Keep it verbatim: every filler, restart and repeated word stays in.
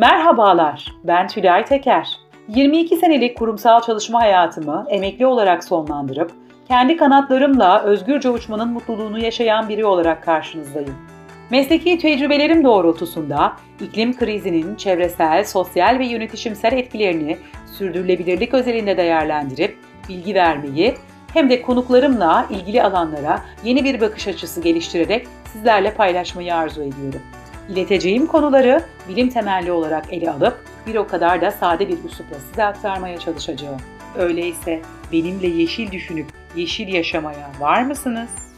Merhabalar, ben Tülay Teker. yirmi iki senelik kurumsal çalışma hayatımı emekli olarak sonlandırıp, kendi kanatlarımla özgürce uçmanın mutluluğunu yaşayan biri olarak karşınızdayım. Mesleki tecrübelerim doğrultusunda iklim krizinin çevresel, sosyal ve yönetişimsel etkilerini sürdürülebilirlik özelinde değerlendirip bilgi vermeyi, hem de konuklarımla ilgili alanlara yeni bir bakış açısı geliştirerek sizlerle paylaşmayı arzu ediyorum. İleteceğim konuları bilim temelli olarak ele alıp bir o kadar da sade bir üslupla size aktarmaya çalışacağım. Öyleyse benimle yeşil düşünüp yeşil yaşamaya var mısınız?